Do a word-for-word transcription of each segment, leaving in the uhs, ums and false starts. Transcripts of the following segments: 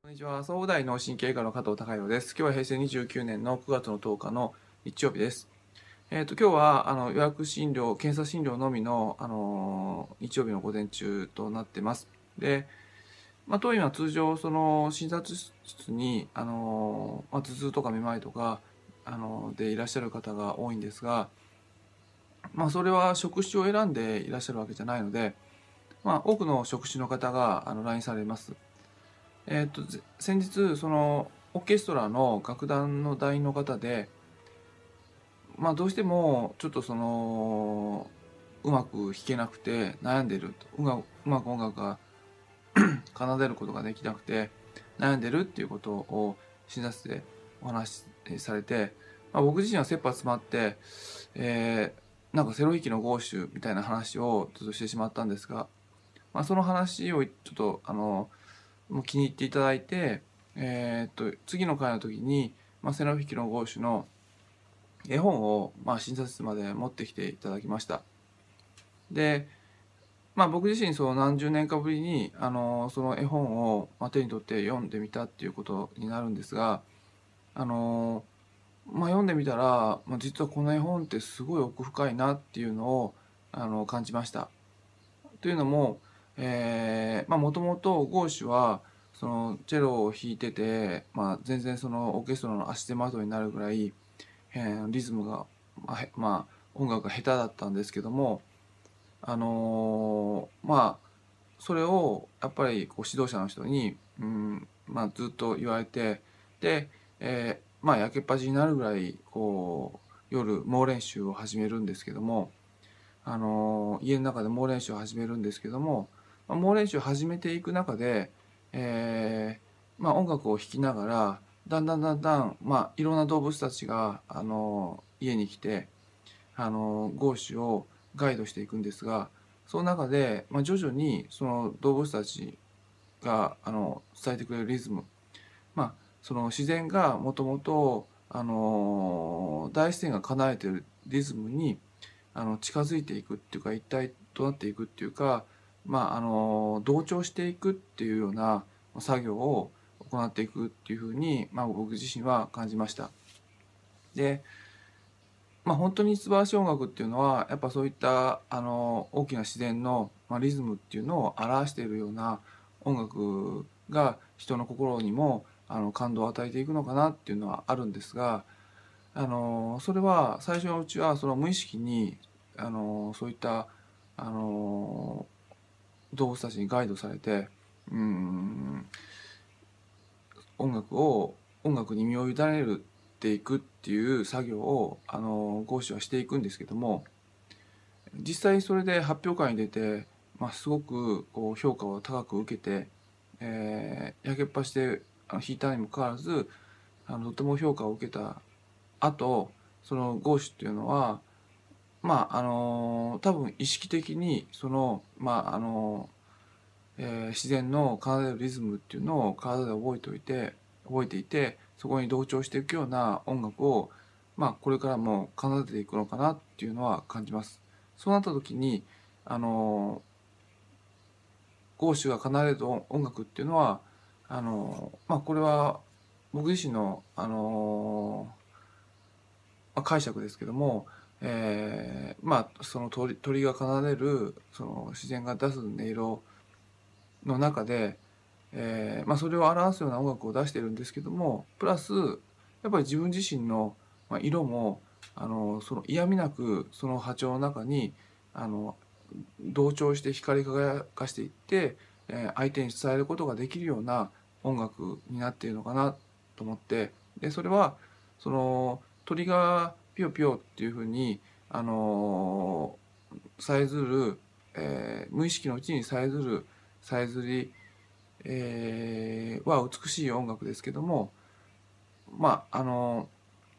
こんにちは。総武大脳神経科の加藤孝弘です。今日は平成にじゅうきゅうねんのくがつのとおかの日曜日です。えっ、と、今日はあの予約診療、検査診療のみの、あの日曜日の午前中となっています。で、まあ、当院は通常、その診察室に、あのまあ、頭痛とかめまいとか、あのでいらっしゃる方が多いんですが、まあ、それは職種を選んでいらっしゃるわけじゃないので、まあ、多くの職種の方があの来院されます。えっと、先日、その、オーケストラの楽団の団員の方で、まあ、どうしても、ちょっとその、うまく弾けなくて悩んでると。うまうまく音楽が奏でることができなくて悩んでるっていうことを診察でお話しされて、まあ、僕自身は切羽詰まって、えー、なんかセロ弾きのゴーシュみたいな話をちょっとしてしまったんですが、まあ、その話をちょっと、あの、もう気に入っていただいて、えー、っと次の回の時に、まあ、セラフィキのゴーシュの絵本を、まあ、診察室まで持ってきていただきました。で、まあ、僕自身そう何十年かぶりにあのその絵本を、まあ、手に取って読んでみたっていうことになるんですが、あの、まあ、読んでみたら、まあ、実はこの絵本ってすごい奥深いなっていうのをあの感じました。というのも、えーまあ、もともとゴーシュはそのチェロを弾いてて、まあ、全然そのオーケストラの足手まといになるぐらい、えーリズムが、まあ、まあ、音楽が下手だったんですけども、あのーまあそれをやっぱりこう指導者の人に、うんまあ、ずっと言われて、で、えーまあやけっぱちになるぐらいこう夜猛練習を始めるんですけども、あの家の中で猛練習を始めるんですけども、まあ、猛練習を始めていく中で、えーまあ、音楽を弾きながらだんだんだんだん、まあ、いろんな動物たちが、あの家に来て、あのゴーシュをガイドしていくんですが、その中で、まあ、徐々にその動物たちがあの伝えてくれるリズム、まあ、その自然がもともとあの大自然が奏えているリズムにあの近づいていくっていうか一体となっていくっていうか、まあ、あの同調していくっていうような作業を行っていくっていうふうに、まあ、僕自身は感じました。で、まあ、本当に素晴らしい音楽っていうのはやっぱそういったあの大きな自然の、まあ、リズムっていうのを表しているような音楽が人の心にもあの感動を与えていくのかなっていうのはあるんですが、あのそれは最初のうちはその無意識にあのそういったあの動物たちにガイドされて、うん音楽を音楽に身を委ねるっていくっていう作業をあの講師はしていくんですけども、実際それで発表会に出て、まあ、すごくこう評価を高く受けて、えー、やけっぱしてあの弾いたにもかかわらずあのとても評価を受けた後、そのゴーシュっていうのはまああの多分意識的にそのまああの、えー自然の奏でるリズムっていうのを体で覚えておいて覚えていて、そこに同調していくような音楽をまあこれからも奏でていくのかなっていうのは感じます。そうなった時にあのゴーシュが奏でる音楽っていうのはあのまあこれは僕自身のあのまあ、解釈ですけども、えー、まあその鳥鳥が奏でるその自然が出す音色の中で、えーまあ、それを表すような音楽を出しているんですけども、プラスやっぱり自分自身のまあ色もあのその嫌味なくその波長の中にあの同調して光り輝かしていって、えー相手に伝えることができるような音楽になっているのかなと思って、でそれはその鳥がピヨピヨっていうふうにあのさえずる、えー無意識のうちにさえずるさえずり、えーは美しい音楽ですけども、まああの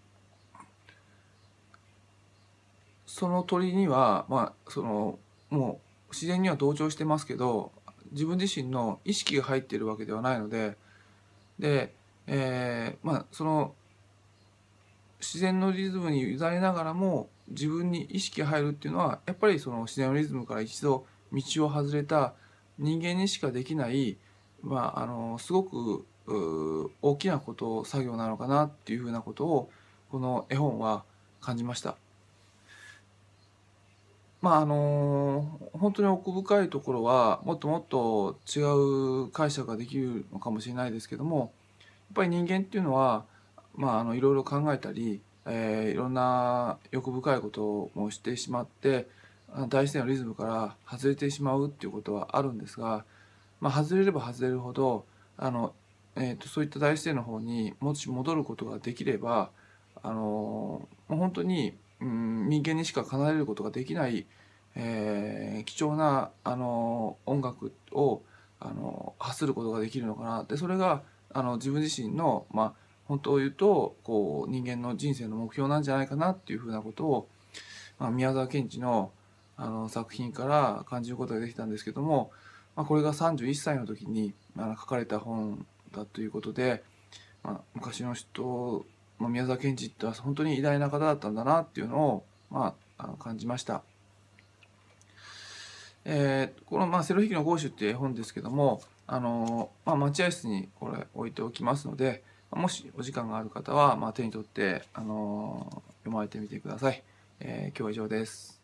その鳥には、まあ、そのもう自然には同調してますけど、自分自身の意識が入っているわけではないので、で、えーまあその自然のリズムに委ねながらも自分に意識が入るっていうのはやっぱりその自然のリズムから一度道を外れた人間にしかできない、まあ、あのすごくう大きなこと作業なのかなっていうふうなことをこの絵本は感じました。まああの本当に奥深いところはもっともっと違う解釈ができるのかもしれないですけども、やっぱり人間っていうのは、まあ、あのいろいろ考えたり、えーいろんな欲深いこともしてしまってあの大自然のリズムから外れてしまうっていうことはあるんですが、まあ、外れれば外れるほどあの、えーと、そういった大自然の方にもし戻ることができれば、あのもう本当に、うん、人間にしか奏でることができない、えー貴重な、あの音楽を、あの発することができるのかな。でそれがあの自分自身の、まあ、本当を言うとこう人間の人生の目標なんじゃないかなっていうふうなことを、まあ、宮沢賢治のあの作品から感じることができたんですけども、まあ、これがさんじゅういっさいの時にあの書かれた本だということで、まあ、昔の人、まあ、宮沢賢治っては本当に偉大な方だったんだなっていうのを、まあ、あの感じました。えーこの、まあ「セロ引きのゴーシュ」っていう絵本ですけども、あの、まあ、待合室にこれ置いておきますので、もしお時間がある方は、まあ、手に取って、あの読まれてみてください。えー今日は以上です。